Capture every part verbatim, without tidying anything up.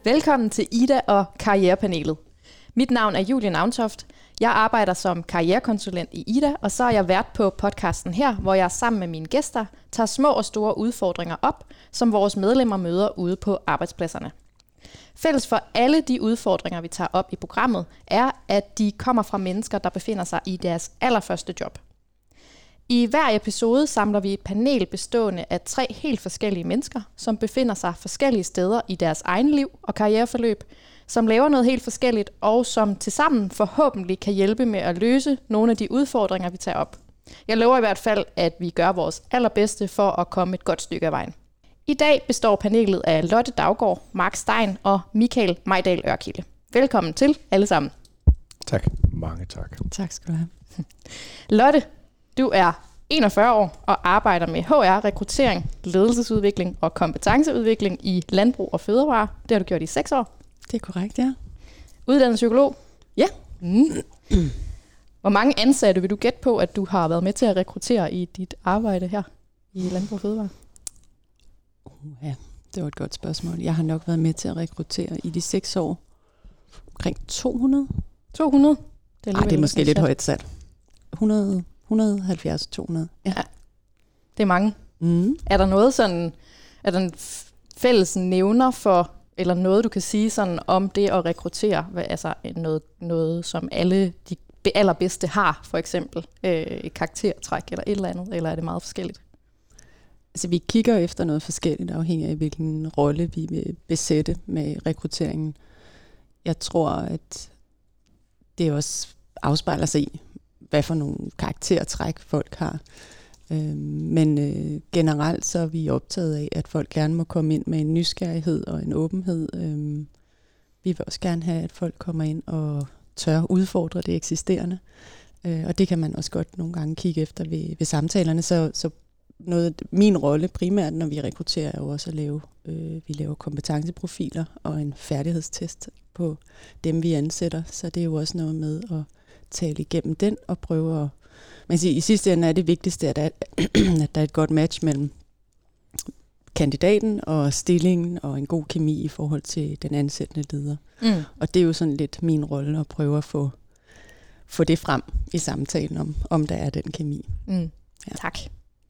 Velkommen til Ida og Karrierepanelet. Mit navn er Julie Navntoft. Jeg arbejder som karrierekonsulent i Ida, og så er jeg vært på podcasten her, hvor jeg sammen med mine gæster tager små og store udfordringer op, som vores medlemmer møder ude på arbejdspladserne. Fælles for alle de udfordringer, vi tager op i programmet, er, at de kommer fra mennesker, der befinder sig i deres allerførste job. I hver episode samler vi et panel bestående af tre helt forskellige mennesker, som befinder sig forskellige steder i deres egen liv og karriereforløb, som laver noget helt forskelligt, og som tilsammen forhåbentlig kan hjælpe med at løse nogle af de udfordringer, vi tager op. Jeg lover i hvert fald, at vi gør vores allerbedste for at komme et godt stykke af vejen. I dag består panelet af Lotte Daugaard, Mark Stein og Michael Mejdal Ørkilde. Velkommen til alle sammen. Tak. Mange tak. Tak skal du have. Lotte, du er enogfyrre år og arbejder med H R, rekruttering, ledelsesudvikling og kompetenceudvikling i landbrug og fødevare. Det har du gjort i seks år. Det er korrekt, ja. Uddannet psykolog. Ja. Mm. Hvor mange ansatte vil du gætte på, at du har været med til at rekruttere i dit arbejde her i landbrug og fødevare? Uh, ja, det var et godt spørgsmål. Jeg har nok været med til at rekruttere i de seks år omkring to hundrede. to hundrede? Det er, Ej, det er måske lidt højt sat. hundrede, et hundrede og halvfjerds til to hundrede. Ja. Ja. Det er mange. Mm. Er der noget sådan, er der en fælles nævner for, eller noget du kan sige sådan om det at rekruttere, altså noget, noget som alle de allerbedste har, for eksempel øh, et karaktertræk eller et eller andet, eller er det meget forskelligt? Altså vi kigger efter noget forskelligt, afhængig af hvilken rolle vi vil besætte med rekrutteringen. Jeg tror, at det også afspejler sig i, hvad for nogle karaktertræk folk har. Øh, men øh, generelt så er vi optaget af, at folk gerne må komme ind med en nysgerrighed og en åbenhed. Øh, vi vil også gerne have, at folk kommer ind og tør udfordre det eksisterende. Øh, og det kan man også godt nogle gange kigge efter ved, ved samtalerne. Så, så noget, min rolle primært, når vi rekrutterer, er jo også at lave, øh, vi laver kompetenceprofiler og en færdighedstest på dem, vi ansætter. Så det er jo også noget med at tale igennem den og prøve at... Men i sidste ende er det vigtigste, at der, at der er et godt match mellem kandidaten og stillingen og en god kemi i forhold til den ansættende leder. Mm. Og det er jo sådan lidt min rolle at prøve at få, få det frem i samtalen om, om der er den kemi. Mm. Ja. Tak.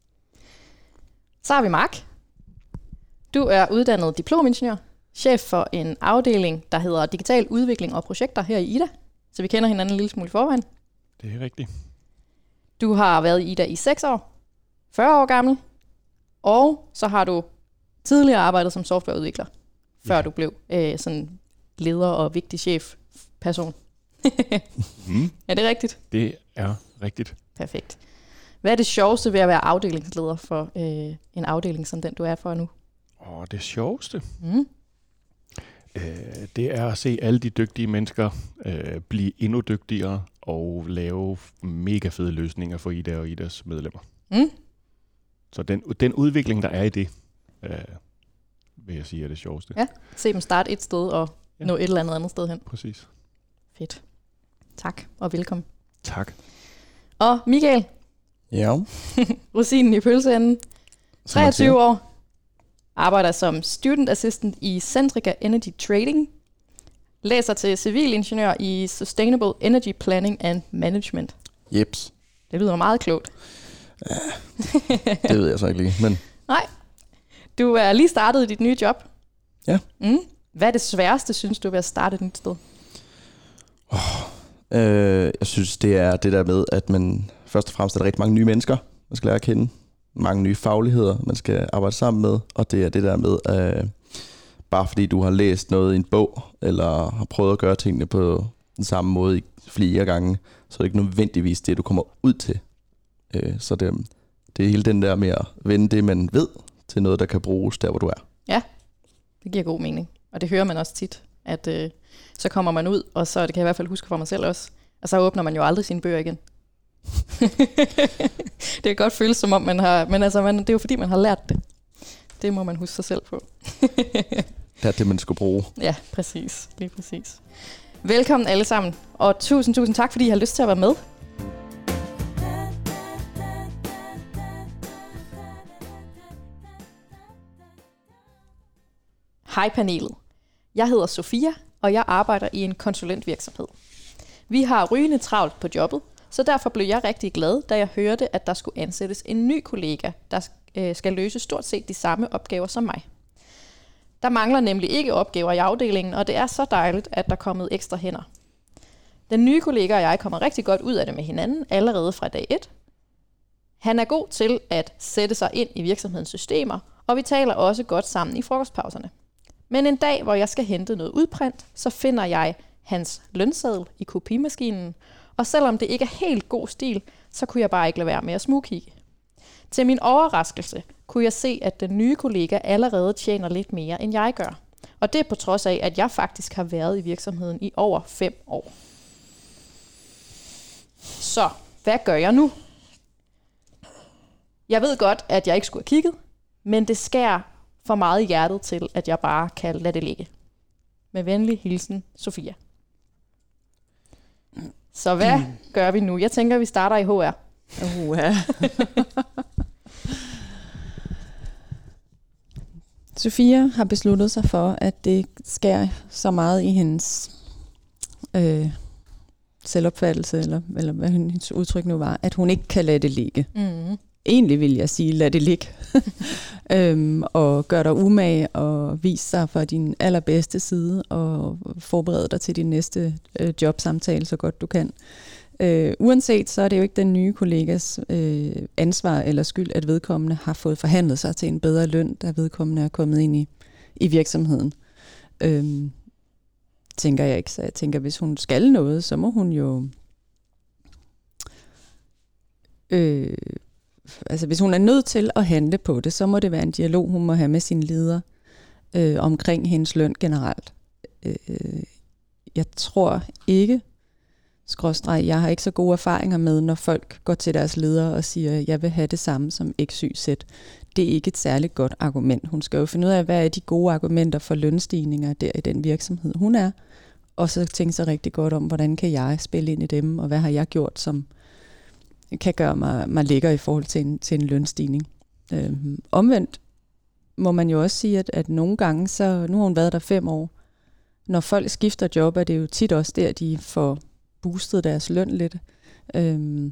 Så har vi Mark. Du er uddannet diplomingeniør, chef for en afdeling, der hedder Digital Udvikling og Projekter her i Ida. Så vi kender hinanden en lille smule i forvejen. Det er rigtigt. Du har været i Ida i seks år, fyrre år gammel, og så har du tidligere arbejdet som softwareudvikler, før ja. du blev øh, sådan leder og vigtig chefperson. mm. Er det rigtigt? Det er rigtigt. Perfekt. Hvad er det sjoveste ved at være afdelingsleder for øh, en afdeling som den, du er for nu? Åh, det sjoveste? Mm. Øh, det er at se alle de dygtige mennesker øh, blive endnu dygtigere og lave mega fede løsninger for Ida og Idas medlemmer. Mm. Så den, den udvikling, der er i det, øh, vil jeg sige, er det sjoveste. Ja, se dem starte et sted og ja. nå et eller andet andet sted hen. Præcis. Fedt. Tak og velkommen. Tak. Og Michael. Ja. Rosinen i pølseenden. treogtyve år. Arbejder som student assistant i Centrica Energy Trading. Læser til civilingeniør i Sustainable Energy Planning and Management. Jeps. Det lyder meget klogt. Ja, det ved jeg så ikke lige, men... Nej. Du er lige startet i dit nye job. Ja. Mm. Hvad er det sværeste, synes du, ved at starte et nyt sted? Oh, øh, jeg synes, det er det der med, at man først og fremmest er der rigtig mange nye mennesker, man skal lære at kende. Mange nye fagligheder, man skal arbejde sammen med. Og det er det der med, øh, bare fordi du har læst noget i en bog, eller har prøvet at gøre tingene på den samme måde i flere gange, så er det ikke nødvendigvis det, du kommer ud til. Øh, så det, det er hele den der med at vende det, man ved, til noget, der kan bruges der, hvor du er. Ja, det giver god mening. Og det hører man også tit, at øh, så kommer man ud, og så det kan jeg i hvert fald huske for mig selv også, og så åbner man jo aldrig sine bøger igen. Det kan godt føles som om man har, men altså man, det er jo fordi man har lært det. Det må man huske sig selv på. Det er det, man skulle bruge. Ja, præcis. Lige præcis. Velkommen alle sammen, og tusind, tusind tak, fordi I har lyst til at være med. Hej panelet. Jeg hedder Sofia, og jeg arbejder i en konsulentvirksomhed. Vi har rygende travlt på jobbet, så derfor blev jeg rigtig glad, da jeg hørte, at der skulle ansættes en ny kollega, der øh, skal løse stort set de samme opgaver som mig. Der mangler nemlig ikke opgaver i afdelingen, og det er så dejligt, at der er kommet ekstra hænder. Den nye kollega og jeg kommer rigtig godt ud af det med hinanden allerede fra dag et. Han er god til at sætte sig ind i virksomhedens systemer, og vi taler også godt sammen i frokostpauserne. Men en dag, hvor jeg skal hente noget udprint, så finder jeg hans lønseddel i kopimaskinen, og selvom det ikke er helt god stil, så kunne jeg bare ikke lade være med at smugkigge. Til min overraskelse kunne jeg se, at den nye kollega allerede tjener lidt mere, end jeg gør. Og det er på trods af, at jeg faktisk har været i virksomheden i over fem år. Så, hvad gør jeg nu? Jeg ved godt, at jeg ikke skulle have kigget, men det skærer for meget i hjertet til, at jeg bare kan lade det ligge. Med venlig hilsen, Sofia. Så hvad gør vi nu? Jeg tænker, vi starter i H R. Uh-huh. Sofia har besluttet sig for, at det skærer så meget i hendes øh, selvopfattelse, eller, eller hvad hendes udtryk nu var, at hun ikke kan lade det ligge. Mm. Egentlig vil jeg sige, lad det ligge. øhm, og gør dig umage og vis sig fra din allerbedste side og forbered dig til din næste øh, jobsamtale så godt du kan. Øh, uanset så er det jo ikke den nye kollegas øh, ansvar eller skyld, at vedkommende har fået forhandlet sig til en bedre løn, da vedkommende er kommet ind i, i virksomheden. Øhm, tænker jeg ikke. Så jeg tænker, hvis hun skal noget, så må hun jo... Øh, altså hvis hun er nødt til at handle på det, så må det være en dialog, hun må have med sin leder øh, omkring hendes løn generelt. Øh, jeg tror ikke, skråstreg, jeg har ikke så gode erfaringer med, når folk går til deres leder og siger, jeg vil have det samme som X Y Z. Det er ikke et særligt godt argument. Hun skal jo finde ud af, hvad er de gode argumenter for lønstigninger der i den virksomhed, hun er, og så tænke sig rigtig godt om, hvordan kan jeg spille ind i dem, og hvad har jeg gjort, som kan gøre mig, mig lækker i forhold til en, til en lønstigning. Øhm, omvendt må man jo også sige, at, at nogle gange, så nu har hun været der fem år, når folk skifter job, er det jo tit også der, de får boostet deres løn lidt. Øhm,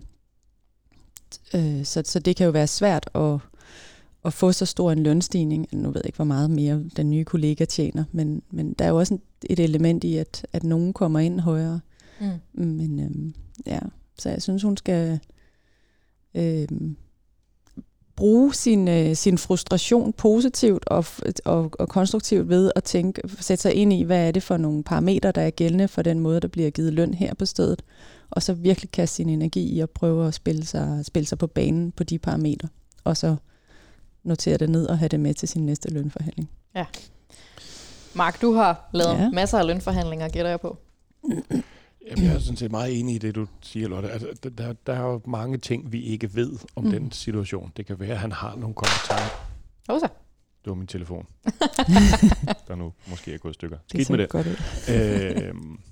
øh, så, så det kan jo være svært at, at få så stor en lønstigning. Nu ved jeg ikke, hvor meget mere den nye kollega tjener, men, men der er jo også et element i, at, at nogen kommer ind højere. Mm. Men øhm, ja, så jeg synes, hun skal øh, bruge sin, øh, sin frustration positivt og, og, og konstruktivt ved at tænke, sætte sig ind i, hvad er det for nogle parametre, der er gældende for den måde, der bliver givet løn her på stedet, og så virkelig kaste sin energi i at prøve at spille sig, spille sig på banen på de parametre, og så notere det ned og have det med til sin næste lønforhandling. Ja. Mark, du har lavet ja. masser af lønforhandlinger, gætter jeg på. Jamen, jeg er sådan set meget enig i det, du siger, Lotte. Altså, der, der er jo mange ting, vi ikke ved om mm. den situation. Det kan være, at han har nogle kommentarer. Hvad så? Det var min telefon. Der nu måske er gået i stykker. Skidt det med det. Godt øh,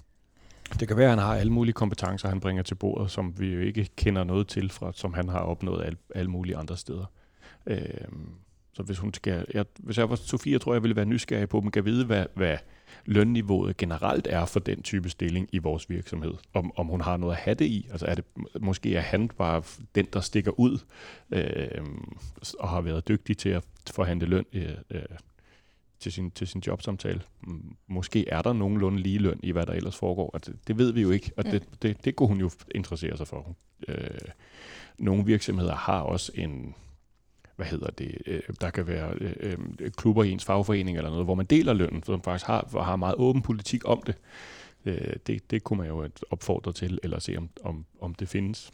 det kan være, at han har alle mulige kompetencer, han bringer til bordet, som vi jo ikke kender noget til, fra, som han har opnået alle, alle mulige andre steder. Øh, så hvis hun skal... Jeg, hvis jeg var Sofia, tror jeg, jeg ville være nysgerrig på, at man kan vide, hvad... hvad lønniveauet generelt er for den type stilling i vores virksomhed. Om, om hun har noget at have det i. Altså er det, måske er han bare den, der stikker ud øh, og har været dygtig til at forhandle løn øh, til, sin, til sin jobsamtale. Måske er der nogenlunde lige løn i, hvad der ellers foregår. Altså, det ved vi jo ikke, og det, det, det kunne hun jo interessere sig for. Øh, nogle virksomheder har også en... hvad hedder det, øh, der kan være øh, øh, klubber i ens fagforening eller noget, hvor man deler lønnen, som faktisk har, har meget åben politik om det. Øh, det. Det kunne man jo opfordre til, eller se om, om, om det findes.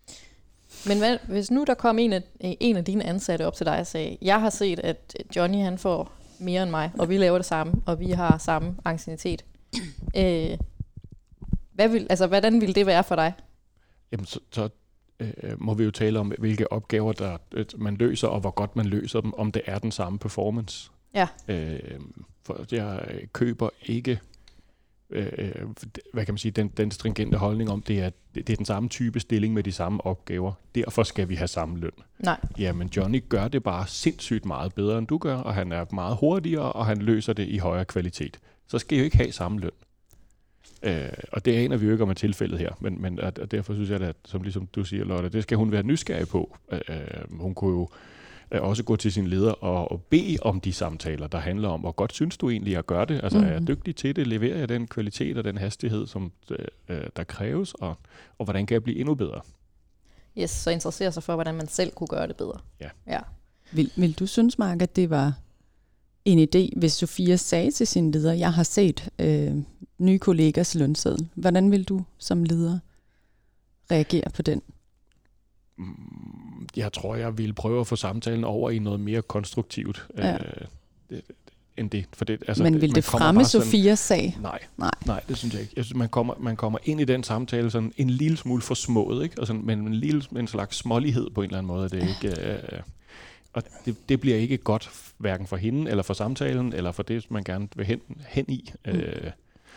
Men hvad, hvis nu der kom en af, en af dine ansatte op til dig og sagde, jeg har set, at Johnny han får mere end mig, og vi laver det samme, og vi har samme anciennitet. Øh, hvad vil, altså, hvordan ville det være for dig? Jamen, så, så må vi jo tale om, hvilke opgaver der man løser, og hvor godt man løser dem, om det er den samme performance. Ja. Øh, for jeg køber ikke, øh, hvad kan man sige, den, den stringente holdning om, det er, det er den samme type stilling med de samme opgaver. Derfor skal vi have samme løn. Nej. Jamen, Johnny gør det bare sindssygt meget bedre, end du gør, og han er meget hurtigere, og han løser det i højere kvalitet. så skal I jo ikke have samme løn. Øh, og det aner vi jo ikke om er tilfældet her, men, men at, at derfor synes jeg, at som ligesom du siger, Lotte, det skal hun være nysgerrig på. Øh, hun kunne jo øh, også gå til sin leder og, og bede om de samtaler, der handler om, hvor godt synes du egentlig at gøre det? Altså mm. er jeg dygtig til det? Leverer jeg den kvalitet og den hastighed, som øh, der kræves? Og, og hvordan kan jeg blive endnu bedre? Yes, så interessere sig for, hvordan man selv kunne gøre det bedre. Ja. ja. Vil, vil du synes, Mark, at det var en idé, hvis Sofia sagde til sin leder, jeg har set øh, nye kollegers lønseddel. Hvordan vil du som leder reagere på den? Jeg tror, jeg ville prøve at få samtalen over i noget mere konstruktivt ja. øh, det, end det. For det altså, Men vil det fremme Sofias sag? Nej, nej, nej, det synes jeg ikke. Jeg synes, man kommer, man kommer ind i den samtale sådan en lille smule forsmået, ikke? Og sådan, men en lille en slags smålighed på en eller anden måde. Det er ikke... Øh, Og det, det bliver ikke godt, hverken for hende, eller for samtalen, eller for det, man gerne vil hen, hen i. Mm. Øh,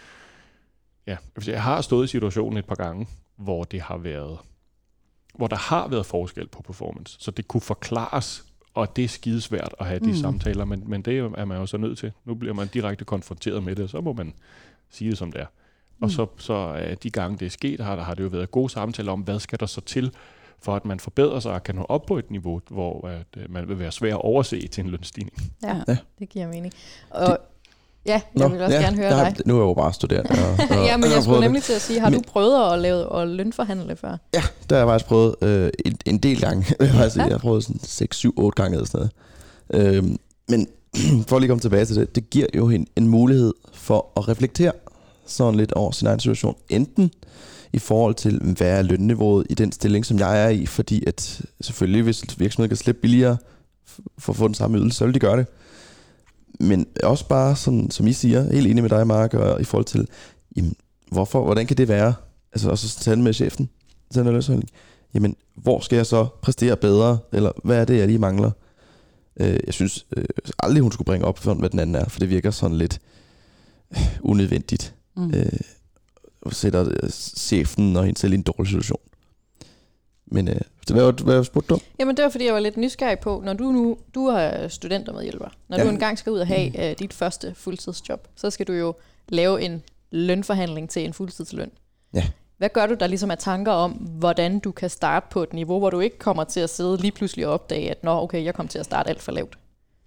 ja. Jeg har stået i situationen et par gange, hvor det har været, hvor der har været forskel på performance, så det kunne forklares, og det er skidesvært at have de mm. samtaler, men, men det er man jo så nødt til. Nu bliver man direkte konfronteret med det, og så må man sige det, som det er. Og mm. så, så de gange, det er sket, har, der har det jo været gode samtaler om, hvad skal der så til, for at man forbedrer sig og kan nå op på et niveau, hvor at, man vil være svær at overse til en lønstigning. Ja, ja. Det giver mening. Og det, ja, jeg vil også ja, gerne høre har, dig. Nu er jeg jo bare studerende. Og, og, ja, men jeg skulle nemlig det. til at sige, har men, du prøvet at lave at lønforhandle før? Ja, der har jeg faktisk prøvet øh, en, en del gange. altså, ja. Jeg har prøvet sådan seks, syv, otte gange eller sådan noget. Øhm, men for at lige komme tilbage til det, det giver jo en, en mulighed for at reflektere sådan lidt over sin egen situation. Enten i forhold til, hvad er lønniveauet i den stilling, som jeg er i, fordi at selvfølgelig, hvis virksomheden kan slippe billigere for at få den samme ydelse, så vil de gøre det. Men også bare, sådan, som I siger, helt enig med dig, Mark, og i forhold til, jamen, hvorfor, hvordan kan det være? Altså også tale med chefen, sådan en lønsholdning. Jamen, hvor skal jeg så præstere bedre, eller hvad er det, jeg lige mangler? Øh, jeg synes øh, aldrig, hun skulle bringe op, hvad den anden er, for det virker sådan lidt øh, unødvendigt. Mm. Øh, og sætter chefen og hende selv i en dårlig situation. Men øh, hvad var hvad spurgte du? Jamen det var fordi jeg var lidt nysgerrig på, når du nu du er studentermedhjælper, når ja. du engang skal ud og have mm. øh, dit første fuldtidsjob, så skal du jo lave en lønforhandling til en fuldtidsløn. Ja. Hvad gør du der ligesom af tanker om, hvordan du kan starte på et niveau, hvor du ikke kommer til at sidde lige pludselig og opdage, at nå okay, jeg kommer til at starte alt for lavt?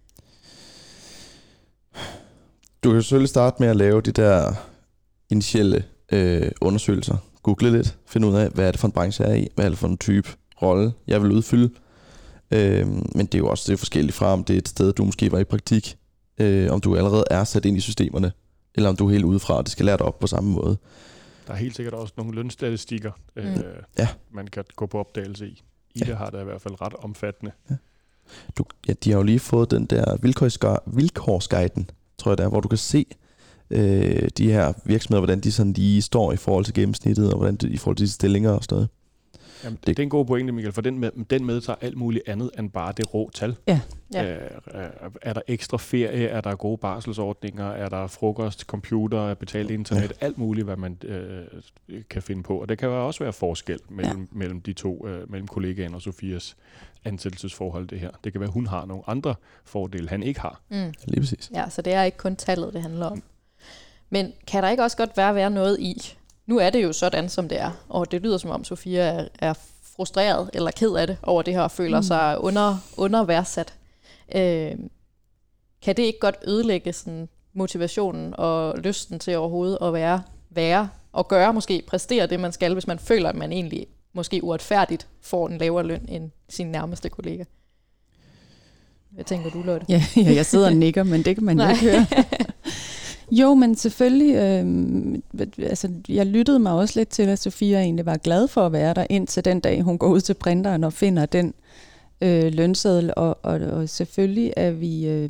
Du kan selvfølgelig starte med at lave de der initielle øh, undersøgelser. Google lidt, finde ud af, hvad er det for en branche jeg er i, hvad er det for en type rolle, jeg vil udfylde. Øh, men det er jo også det er forskelligt fra, om det er et sted, du måske var i praktik, øh, om du allerede er sat ind i systemerne, eller om du er helt udefra, og det skal lære dig op på samme måde. Der er helt sikkert også nogle lønstatistikker, mm. øh, ja. man kan gå på opdagelse i. I det ja. har det i hvert fald ret omfattende. Ja. Du, ja, de har jo lige fået den der vilkårsguiden, tror jeg det er, hvor du kan se øh, de her virksomheder, hvordan de sådan lige står i forhold til gennemsnittet, og hvordan de, i forhold til de stillinger og sådan noget. Jamen, det, det er en god pointe, Michael, for den, med, den medtager alt muligt andet end bare det rå tal. Ja. Ja. Øh, er der ekstra ferie, er der gode barselsordninger, er der frokost, computer, betalt internet, ja. alt muligt, hvad man øh, kan finde på. Og det kan jo også være forskel mellem, ja. mellem de to, øh, mellem kollegaen og Sofias ansættelsesforhold, det her. Det kan være, hun har nogle andre fordele, han ikke har. Mm. Lige præcis. Ja, så det er ikke kun tallet, det handler om. Men kan der ikke også godt være, være noget i, nu er det jo sådan, som det er, og det lyder som om Sofia er, er frustreret eller ked af det over det her, og føler mm. sig under, underværdsat. Øh, kan det ikke godt ødelægge sådan, motivationen og lysten til overhovedet at være, være og gøre, måske præstere det, man skal, hvis man føler, at man egentlig måske uretfærdigt får en lavere løn end sin nærmeste kollega? Hvad tænker du, Lotte? Ja, ja jeg sidder og nikker, men det kan man jo ikke høre. Jo, men selvfølgelig, øh, altså, jeg lyttede mig også lidt til, at Sofia egentlig var glad for at være der, indtil den dag, hun går ud til printeren og finder den øh, lønseddel, og, og, og selvfølgelig er vi, øh,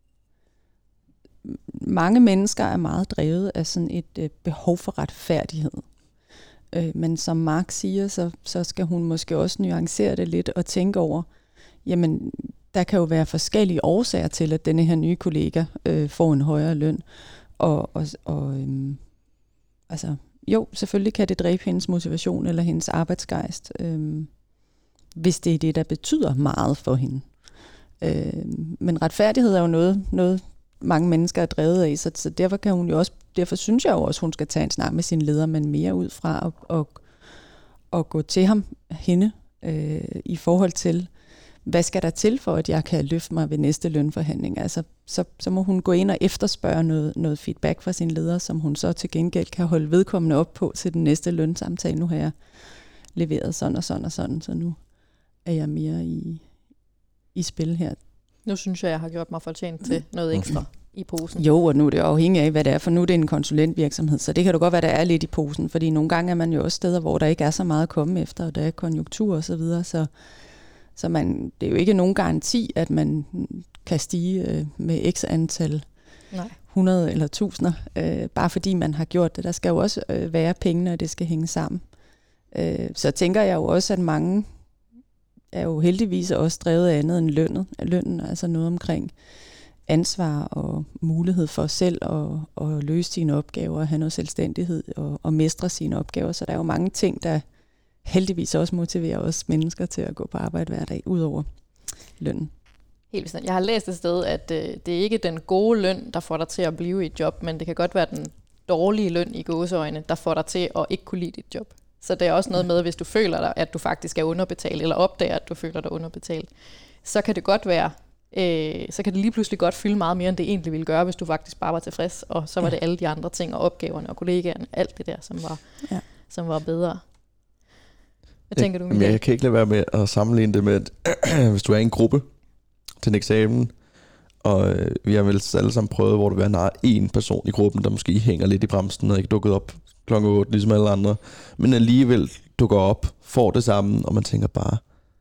mange mennesker er meget drevet af sådan et øh, behov for retfærdighed. Øh, men som Mark siger, så, så skal hun måske også nuancere det lidt og tænke over, jamen, der kan jo være forskellige årsager til, at denne her nye kollega øh, får en højere løn. Og, og, og øhm, altså, jo, selvfølgelig kan det dræbe hendes motivation eller hendes arbejdsgejst, øhm, hvis det er det, der betyder meget for hende. Øhm, men retfærdighed er jo noget, noget mange mennesker er drevet af, så, så derfor kan hun jo også, derfor synes jeg jo også, hun skal tage en snak med sin leder, men mere ud fra at, at, at gå til ham, hende, øh, i forhold til, hvad skal der til for, at jeg kan løfte mig ved næste lønforhandling? Altså, så, så må hun gå ind og efterspørge noget, noget feedback fra sin leder, som hun så til gengæld kan holde vedkommende op på til den næste lønsamtale. Nu har jeg leveret sådan og sådan og sådan, så nu er jeg mere i, i spil her. Nu synes jeg, jeg har gjort mig fortjent til noget ekstra i posen. Jo, og nu er det afhængigt af, hvad det er, for nu er det en konsulentvirksomhed, så det kan du godt være, der er lidt i posen, fordi nogle gange er man jo også steder, hvor der ikke er så meget at komme efter, og der er konjunktur og så videre, så, så man, det er jo ikke nogen garanti, at man kan stige øh, med x antal Nej. hundrede eller tusinder, øh, bare fordi man har gjort det. Der skal jo også øh, være pengene, og det skal hænge sammen. Øh, så tænker jeg jo også, at mange er jo heldigvis også drevet af andet end lønnet, lønnen, altså noget omkring ansvar og mulighed for selv at, at løse sine opgaver, have noget selvstændighed og, og mestre sine opgaver. Så der er jo mange ting, der heldigvis også motiverer os mennesker til at gå på arbejde hver dag, ud over lønnen. Helt bestemt. Jeg har læst et sted, at øh, det er ikke den gode løn, der får dig til at blive i et job, men det kan godt være den dårlige løn i gåseøjne, der får dig til at ikke kunne lide dit job. Så det er også noget med, hvis du føler dig, at du faktisk er underbetalt, eller opdager, at du føler dig underbetalt, så kan det godt være, øh, så kan det lige pludselig godt fylde meget mere, end det egentlig ville gøre, hvis du faktisk bare var tilfreds, og så var ja. det alle de andre ting, og opgaverne og kollegaerne, alt det der, som var, ja. som var bedre. Hvad tænker du, Michael? Jeg, jeg kan ikke lade være med at sammenligne det med, at hvis du er i en gruppe til en eksamen, og øh, vi har vel alle sammen prøvet, hvor der er en person i gruppen, der måske hænger lidt i bremsen og ikke dukket op klokken otte, ligesom alle andre, men alligevel dukker op, får det samme, og man tænker bare,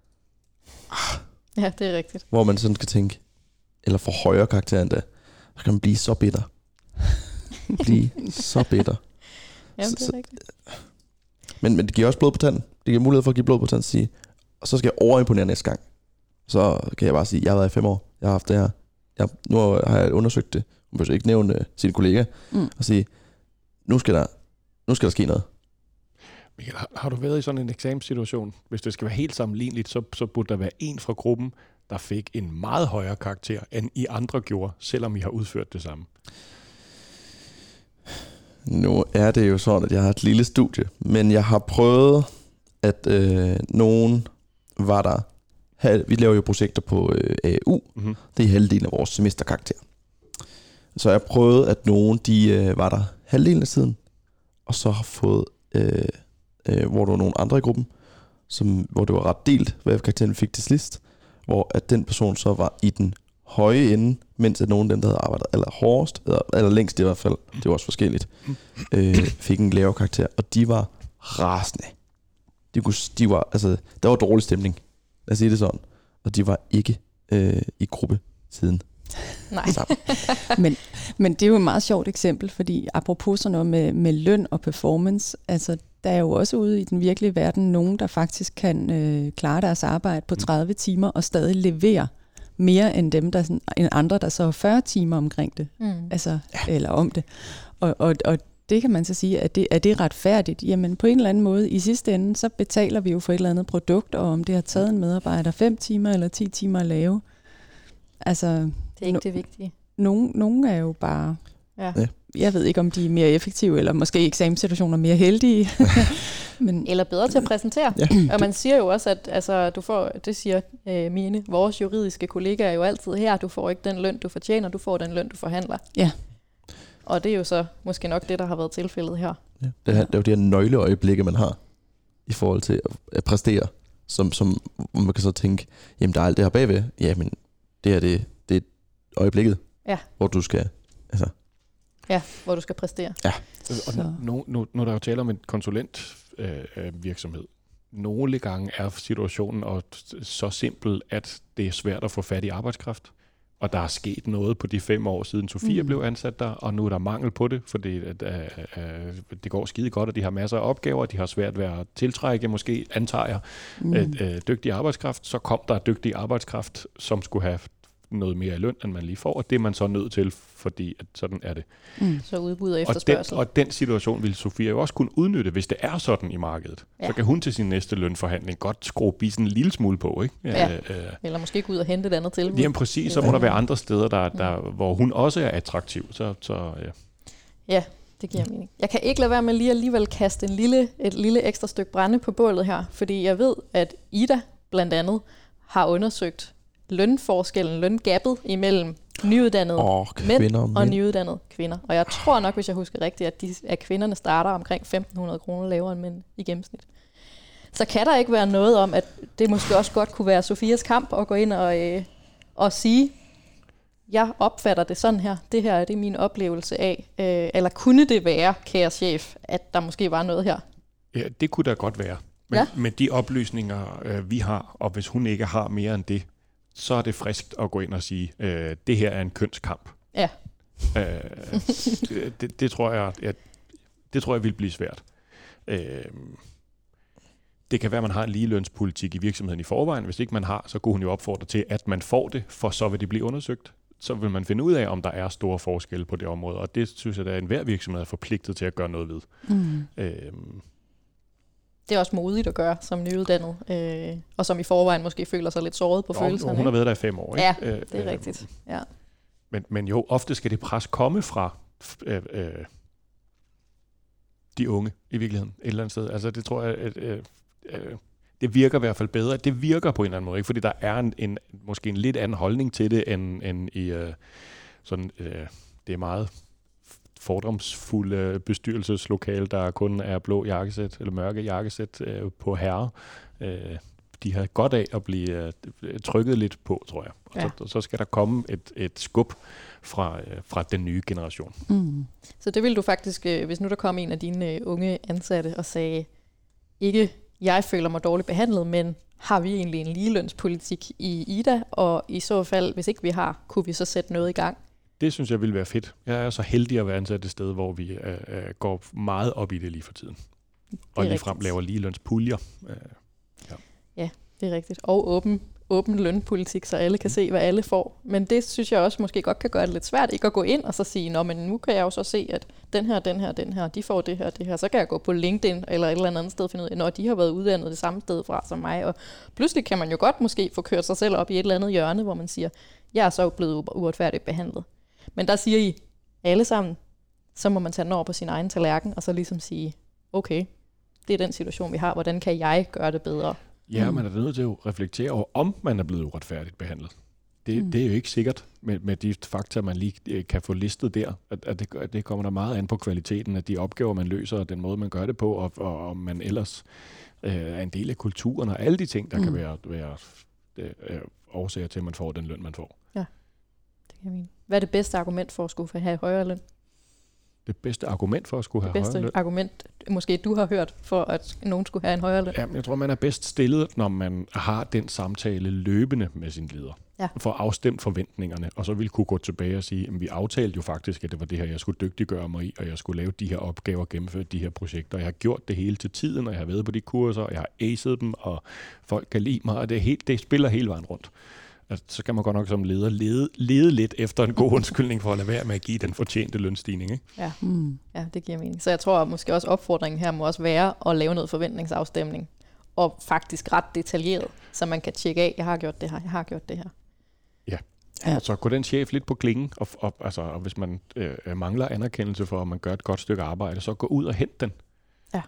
ah, ja, det er rigtigt. Hvor man sådan skal tænke, eller for højere karakter end det, så kan man blive så bitter. blive så bitter. Jamen, det er rigtigt. Men, men det giver også blod på tanden. Det giver mulighed for at give blod på tanden og sige, og så skal jeg overimponere næste gang. Så kan jeg bare sige, jeg har været i fem år, jeg har haft det her. Jeg, nu har jeg undersøgt det. Man behøver ikke nævne uh, sine kollegaer mm. og sige, nu skal der Nu skal der ske noget. Michael, har, har du været i sådan en eksamenssituation? Hvis det skal være helt sammenligneligt, så, så burde der være en fra gruppen, der fik en meget højere karakter, end I andre gjorde, selvom I har udført det samme. Nu er det jo sådan, at jeg har et lille studie, men jeg har prøvet, at øh, nogen var der. Vi laver jo projekter på øh, A U. Mm-hmm. Det er halvdelen af vores semesterkarakter. Så jeg prøvede, at nogen de øh, var der halvdelen af tiden, og så har fået, øh, øh, hvor der var nogle andre i gruppen, som, hvor det var ret delt, hvad karakteren fik til sidst, hvor at den person så var i den høje ende, mens at nogen af dem, der havde arbejdet aller hårdest, eller, eller længst i hvert fald, det var også forskelligt, øh, fik en lavere karakter, og de var rasende. De, kunne, de var, altså, der var dårlig stemning, lad os sige det sådan, og de var ikke øh, i gruppe siden. Nej. men, men det er jo et meget sjovt eksempel, fordi apropos sådan noget med, med løn og performance, altså der er jo også ude i den virkelige verden nogen, der faktisk kan øh, klare deres arbejde på tredive timer og stadig levere mere end dem, der sådan, end andre, der så har fyrre timer omkring det, mm. altså, ja. eller om det. Og, og, og det kan man så sige, at det, er det retfærdigt? Jamen på en eller anden måde, i sidste ende, så betaler vi jo for et eller andet produkt, og om det har taget en medarbejder fem timer eller ti timer at lave. Altså, det er ikke no- det vigtige. Nogen, nogen er jo bare... Ja. Jeg ved ikke, om de er mere effektive, eller måske i eksamenssituationer mere heldige. Men, eller bedre til at præsentere. Ja. Og man siger jo også, at altså, du får, det siger øh, mine, vores juridiske kollegaer jo altid her, du får ikke den løn, du fortjener, du får den løn, du forhandler. Ja. Og det er jo så måske nok det, der har været tilfældet her. Ja. Det, er, det er jo det her nøgleøjeblikke, man har i forhold til at præstere, som, som man kan så tænke, jamen der er alt det her bagved. Jamen det her, det, det er øjeblikket, ja. hvor du skal... Altså. Ja, hvor du skal præstere. Ja. Og nu, nu, nu er der jo tale om en konsulentvirksomhed. Øh, Nogle gange er situationen så simpel, at det er svært at få fat i arbejdskraft. Og der er sket noget på de fem år siden Sofia mm. blev ansat der, og nu er der mangel på det, fordi at, uh, uh, det går skide godt, og de har masser af opgaver, de har svært ved at tiltrække, måske antager jeg, mm. uh, uh, dygtig arbejdskraft. Så kom der dygtig arbejdskraft, som skulle have noget mere i løn, end man lige får, og det er man så nødt til, fordi at sådan er det. Mm. Så udbud og efterspørgsel. Og den, og den situation vil Sofia jo også kunne udnytte, hvis det er sådan i markedet. Ja. Så kan hun til sin næste lønforhandling godt skrue bissen en lille smule på, ikke? Ja. Øh, Eller måske gå ud og hente et andet tilbud. Jamen præcis, så må der være andre steder, der, der, hvor hun også er attraktiv. Så, så, ja. ja, det giver mening. Jeg kan ikke lade være med lige alligevel kaste en lille, et lille ekstra stykke brænde på bålet her, fordi jeg ved, at Ida blandt andet har undersøgt lønforskellen, løngabet imellem nyuddannede oh, mænd og, og nyuddannede kvinder. Og jeg tror nok, hvis jeg husker rigtigt, at, de, at kvinderne starter omkring femten hundrede kroner lavere end mænd i gennemsnit. Så kan der ikke være noget om, at det måske også godt kunne være Sofias kamp at gå ind og, øh, og sige, jeg opfatter det sådan her, det her det er min oplevelse af, øh, eller kunne det være, kære chef, at der måske var noget her? Ja, det kunne da godt være. Men ja. Med de oplysninger, øh, vi har, og hvis hun ikke har mere end det, så er det friskt at gå ind og sige, øh, det her er en kønskamp. Ja. Øh, det, det, tror jeg, ja, det tror jeg vil blive svært. Øh, det kan være, at man har en ligelønspolitik i virksomheden i forvejen. Hvis ikke man har, så kunne hun jo opfordre til, at man får det, for så vil det blive undersøgt. Så vil man finde ud af, om der er store forskelle på det område. Og det synes jeg, at enhver virksomhed er forpligtet til at gøre noget ved. Mm. Øh, Det er også modigt at gøre som nyuddannet, øh, og som i forvejen måske føler sig lidt såret på Nå, følelserne. Hun har været der i fem år, ikke? Ja, det er øh, rigtigt. Ja. Men, men jo, ofte skal det pres komme fra øh, øh, de unge i virkeligheden, et eller andet sted. Altså det tror jeg, at, øh, øh, det virker i hvert fald bedre. Det virker på en eller anden måde, ikke? Fordi der er en, en, måske en lidt anden holdning til det, end, end i øh, sådan, øh, det er meget fordomsfulde bestyrelseslokale, der kun er blå jakkesæt eller mørke jakkesæt øh, på herrer. Øh, de har godt af at blive øh, trykket lidt på, tror jeg. Og ja. så, så skal der komme et, et skub fra, øh, fra den nye generation. Mm. Så det vil du faktisk, øh, hvis nu der kom en af dine øh, unge ansatte og sagde, ikke jeg føler mig dårligt behandlet, men har vi egentlig en ligelønspolitik i Ida? Og i så fald, hvis ikke vi har, kunne vi så sætte noget i gang? Det synes jeg ville være fedt. Jeg er så heldig at være ansat et sted, hvor vi øh, går meget op i det lige for tiden. Og ligefrem laver ligelønspuljer. Øh, ja. ja, det er rigtigt. Og åben, åben lønpolitik, så alle kan se, hvad alle får. Men det synes jeg også måske godt kan gøre det lidt svært, ikke at gå ind og så sige, nå, men nu kan jeg jo så se, at den her, den her, den her, de får det her, det her. Så kan jeg gå på LinkedIn eller et eller andet sted og finde ud af, når de har været uddannet det samme sted fra som mig. Og pludselig kan man jo godt måske få kørt sig selv op i et eller andet hjørne, hvor man siger, jeg er så blevet uretfærdigt behandlet. Men der siger I alle sammen, så må man tage den over på sin egen tallerken, og så ligesom sige, okay, det er den situation, vi har. Hvordan kan jeg gøre det bedre? Ja, man er nødt til at reflektere over, om man er blevet uretfærdigt behandlet. Det, mm. det er jo ikke sikkert med, med de fakta, man lige kan få listet der. At, at det, at det kommer der meget an på kvaliteten af de opgaver, man løser, og den måde, man gør det på, og, og om man ellers øh, er en del af kulturen, og alle de ting, der mm. kan være, være øh, årsager til, at man får den løn, man får. Ja, det kan jeg mene. Hvad er det bedste argument for at skulle have højere løn? Det bedste argument for at skulle det have højere løn? Det bedste argument, måske du har hørt, for at nogen skulle have en højere løn? Ja, jeg tror, man er bedst stillet, når man har den samtale løbende med sin leder. Ja. For at afstemme forventningerne, og så vil kunne gå tilbage og sige, at vi aftalte jo faktisk, at det var det her, jeg skulle dygtiggøre mig i, og jeg skulle lave de her opgaver og gennemføre de her projekter. Jeg har gjort det hele til tiden, og jeg har været på de kurser, og jeg har acet dem, og folk kan lide mig, og det, er helt, det spiller hele vejen rundt. Altså, så kan man godt nok som leder lede, lede lidt efter en god undskyldning for at lade være med at give den fortjente lønstigning. Ikke? Ja. Mm. ja, det giver mening. Så jeg tror måske også opfordringen her må også være at lave noget forventningsafstemning, og faktisk ret detaljeret, så man kan tjekke af, jeg har gjort det her, jeg har gjort det her. Ja, ja. Så går den chef lidt på klingen, og, og, altså, og hvis man øh, mangler anerkendelse for, at man gør et godt stykke arbejde, så gå ud og hent den. Ja.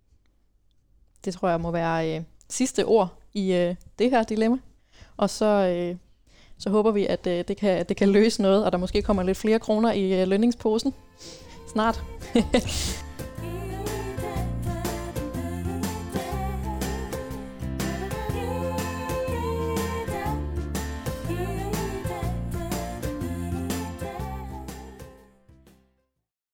Det tror jeg må være øh, sidste ord i øh, det her dilemma. Og så, øh, så håber vi, at øh, det, kan, det kan løse noget, og der måske kommer lidt flere kroner i øh, lønningsposen snart.